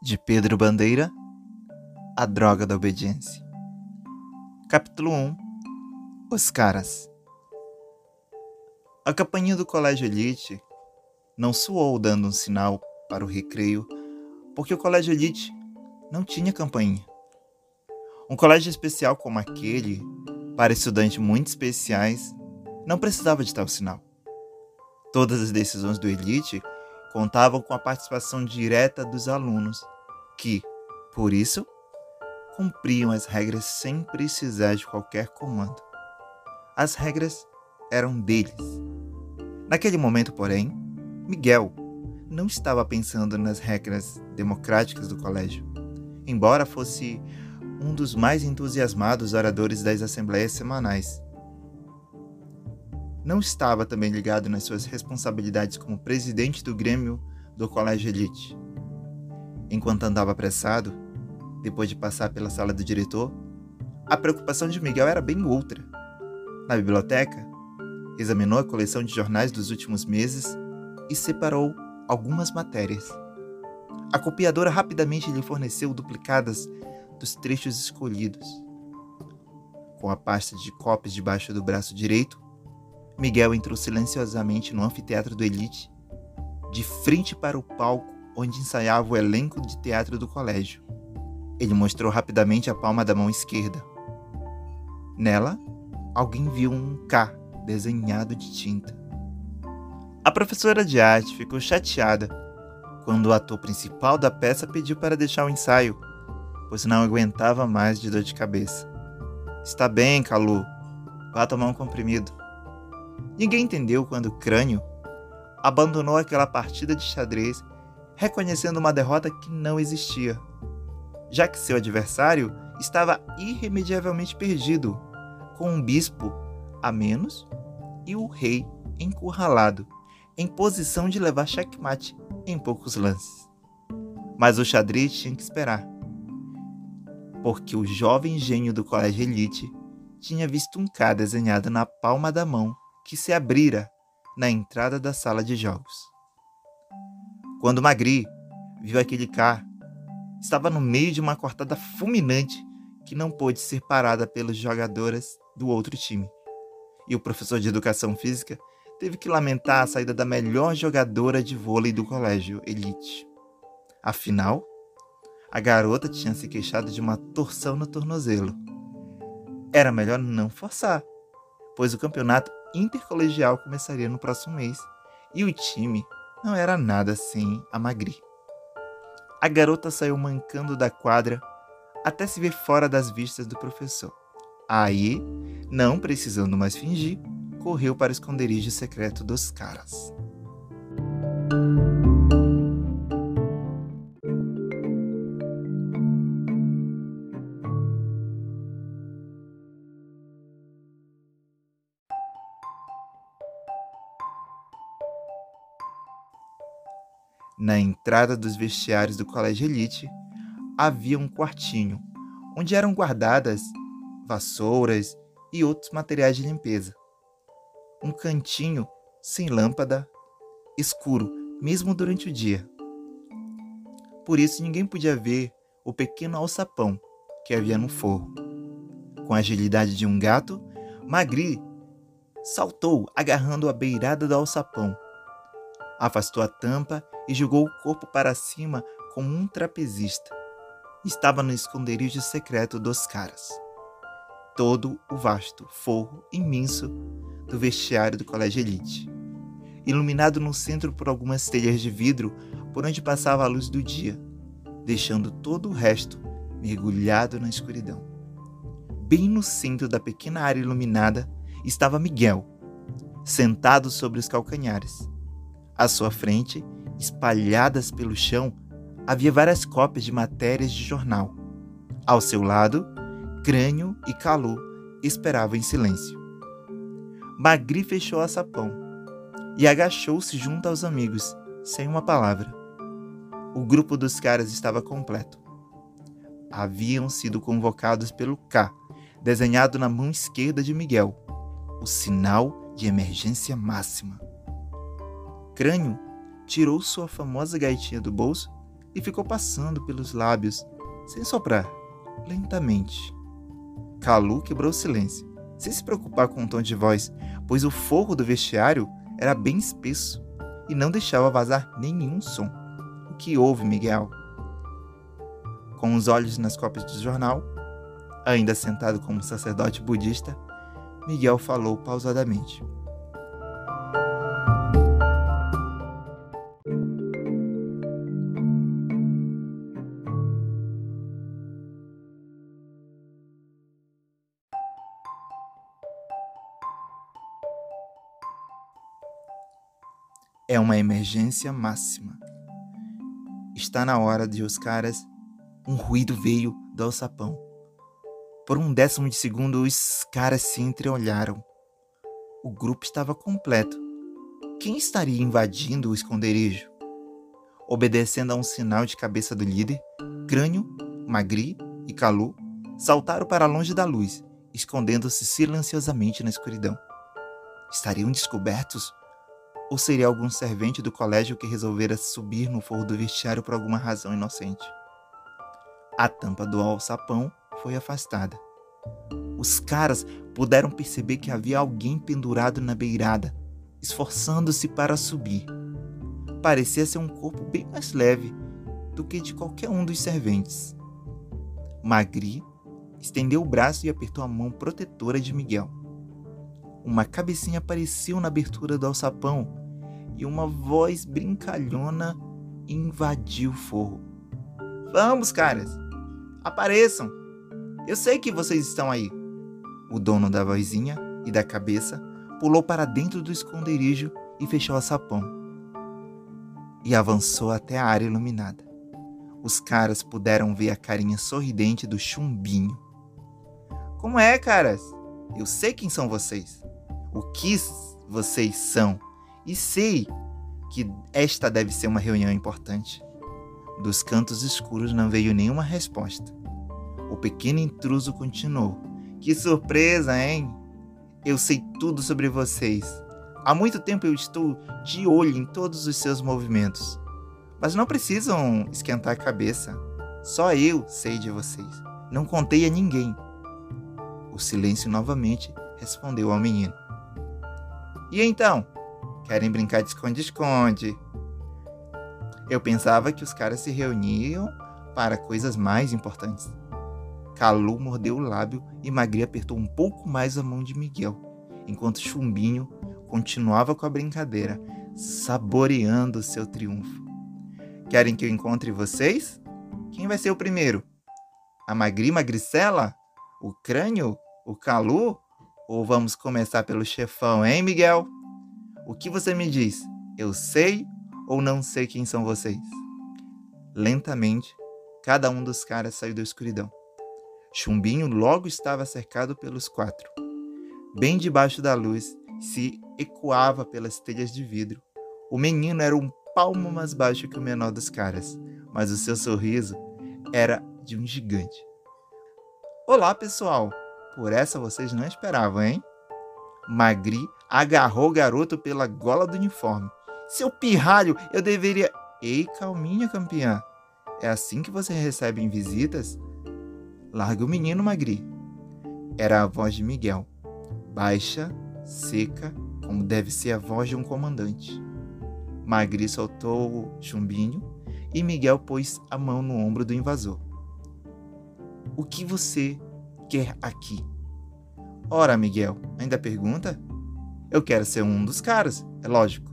De Pedro Bandeira, A Droga da Obediência. Capítulo 1. Os Caras. A campainha do Colégio Elite não soou dando um sinal para o recreio, porque o Colégio Elite não tinha campainha. Um colégio especial como aquele, para estudantes muito especiais, não precisava de tal sinal. Todas as decisões do Elite contavam com a participação direta dos alunos, que, por isso, cumpriam as regras sem precisar de qualquer comando. As regras eram deles. Naquele momento, porém, Miguel não estava pensando nas regras democráticas do colégio, embora fosse um dos mais entusiasmados oradores das assembleias semanais. Não estava também ligado nas suas responsabilidades como presidente do Grêmio do Colégio Elite. Enquanto andava apressado, depois de passar pela sala do diretor, a preocupação de Miguel era bem outra. Na biblioteca, examinou a coleção de jornais dos últimos meses e separou algumas matérias. A copiadora rapidamente lhe forneceu duplicadas dos trechos escolhidos. Com a pasta de cópias debaixo do braço direito, Miguel entrou silenciosamente no anfiteatro do Elite, de frente para o palco onde ensaiava o elenco de teatro do colégio. Ele mostrou rapidamente a palma da mão esquerda. Nela, alguém viu um K desenhado de tinta. A professora de arte ficou chateada quando o ator principal da peça pediu para deixar o ensaio, pois não aguentava mais de dor de cabeça. "Está bem, Calu. Vá tomar um comprimido." Ninguém entendeu quando o Crânio abandonou aquela partida de xadrez, reconhecendo uma derrota que não existia, já que seu adversário estava irremediavelmente perdido, com um bispo a menos e o rei encurralado, em posição de levar checkmate em poucos lances. Mas o xadrez tinha que esperar, porque o jovem gênio do Colégio Elite tinha visto um K desenhado na palma da mão que se abrira na entrada da sala de jogos. Quando Magri viu aquele K, estava no meio de uma cortada fulminante que não pôde ser parada pelas jogadoras do outro time. E o professor de educação física teve que lamentar a saída da melhor jogadora de vôlei do colégio Elite. Afinal, a garota tinha se queixado de uma torção no tornozelo. Era melhor não forçar, pois o campeonato intercolegial começaria no próximo mês e o time não era nada sem a Magri. A garota saiu mancando da quadra até se ver fora das vistas do professor. Aí, não precisando mais fingir, correu para o esconderijo secreto dos caras. Na entrada dos vestiários do Colégio Elite, havia um quartinho, onde eram guardadas vassouras e outros materiais de limpeza. Um cantinho sem lâmpada, escuro, mesmo durante o dia. Por isso ninguém podia ver o pequeno alçapão que havia no forro. Com a agilidade de um gato, Magri saltou agarrando a beirada do alçapão. Afastou a tampa e jogou o corpo para cima como um trapezista. Estava no esconderijo secreto dos caras. Todo o vasto forro imenso do vestiário do Colégio Elite, iluminado no centro por algumas telhas de vidro por onde passava a luz do dia, deixando todo o resto mergulhado na escuridão. Bem no centro da pequena área iluminada estava Miguel, sentado sobre os calcanhares. À sua frente, espalhadas pelo chão, havia várias cópias de matérias de jornal. Ao seu lado, Crânio e Calu esperavam em silêncio. Magri fechou o alçapão e agachou-se junto aos amigos, sem uma palavra. O grupo dos caras estava completo. Haviam sido convocados pelo K, desenhado na mão esquerda de Miguel, o sinal de emergência máxima. Crânio tirou sua famosa gaitinha do bolso e ficou passando pelos lábios, sem soprar, lentamente. Kalu quebrou o silêncio, sem se preocupar com o tom de voz, pois o forro do vestiário era bem espesso e não deixava vazar nenhum som. O que houve, Miguel? Com os olhos nas cópias do jornal, ainda sentado como sacerdote budista, Miguel falou pausadamente. É uma emergência máxima. Está na hora de os caras... Um ruído veio do alçapão. Por um 10º de segundo, os caras se entreolharam. O grupo estava completo. Quem estaria invadindo o esconderijo? Obedecendo a um sinal de cabeça do líder, Crânio, Magri e Kalu saltaram para longe da luz, escondendo-se silenciosamente na escuridão. Estariam descobertos? Ou seria algum servente do colégio que resolvera subir no forro do vestiário por alguma razão inocente? A tampa do alçapão foi afastada. Os caras puderam perceber que havia alguém pendurado na beirada, esforçando-se para subir. Parecia ser um corpo bem mais leve do que de qualquer um dos serventes. Magri estendeu o braço e apertou a mão protetora de Miguel. Uma cabecinha apareceu na abertura do alçapão e uma voz brincalhona invadiu o forro. Vamos, caras! Apareçam! Eu sei que vocês estão aí. O dono da vozinha e da cabeça pulou para dentro do esconderijo e fechou o alçapão. E avançou até a área iluminada. Os caras puderam ver a carinha sorridente do Chumbinho. Como é, caras? Eu sei quem são vocês. O que vocês são. E sei que esta deve ser uma reunião importante. Dos cantos escuros não veio nenhuma resposta. O pequeno intruso continuou. Que surpresa, hein? Eu sei tudo sobre vocês. Há muito tempo eu estou de olho em todos os seus movimentos. Mas não precisam esquentar a cabeça. Só eu sei de vocês. Não contei a ninguém. O silêncio novamente respondeu ao menino. E então? Querem brincar de esconde-esconde? Eu pensava que os caras se reuniam para coisas mais importantes. Kalu mordeu o lábio e Magri apertou um pouco mais a mão de Miguel, enquanto Chumbinho continuava com a brincadeira, saboreando seu triunfo. Querem que eu encontre vocês? Quem vai ser o primeiro? A Magricela? O Crânio? O Kalu? Ou vamos começar pelo chefão, hein, Miguel? O que você me diz? Eu sei ou não sei quem são vocês? Lentamente, cada um dos caras saiu da escuridão. Chumbinho logo estava cercado pelos 4. Bem debaixo da luz, se ecoava pelas telhas de vidro. O menino era um palmo mais baixo que o menor dos caras, mas o seu sorriso era de um gigante. Olá, pessoal! Por essa vocês não esperavam, hein? Magri agarrou o garoto pela gola do uniforme. Seu pirralho, eu deveria... Ei, calminha, campeã. É assim que você recebe visitas? Larga o menino, Magri. Era a voz de Miguel. Baixa, seca, como deve ser a voz de um comandante. Magri soltou o Chumbinho e Miguel pôs a mão no ombro do invasor. O que você quer aqui? Ora, Miguel, ainda pergunta? Eu quero ser um dos caras, é lógico.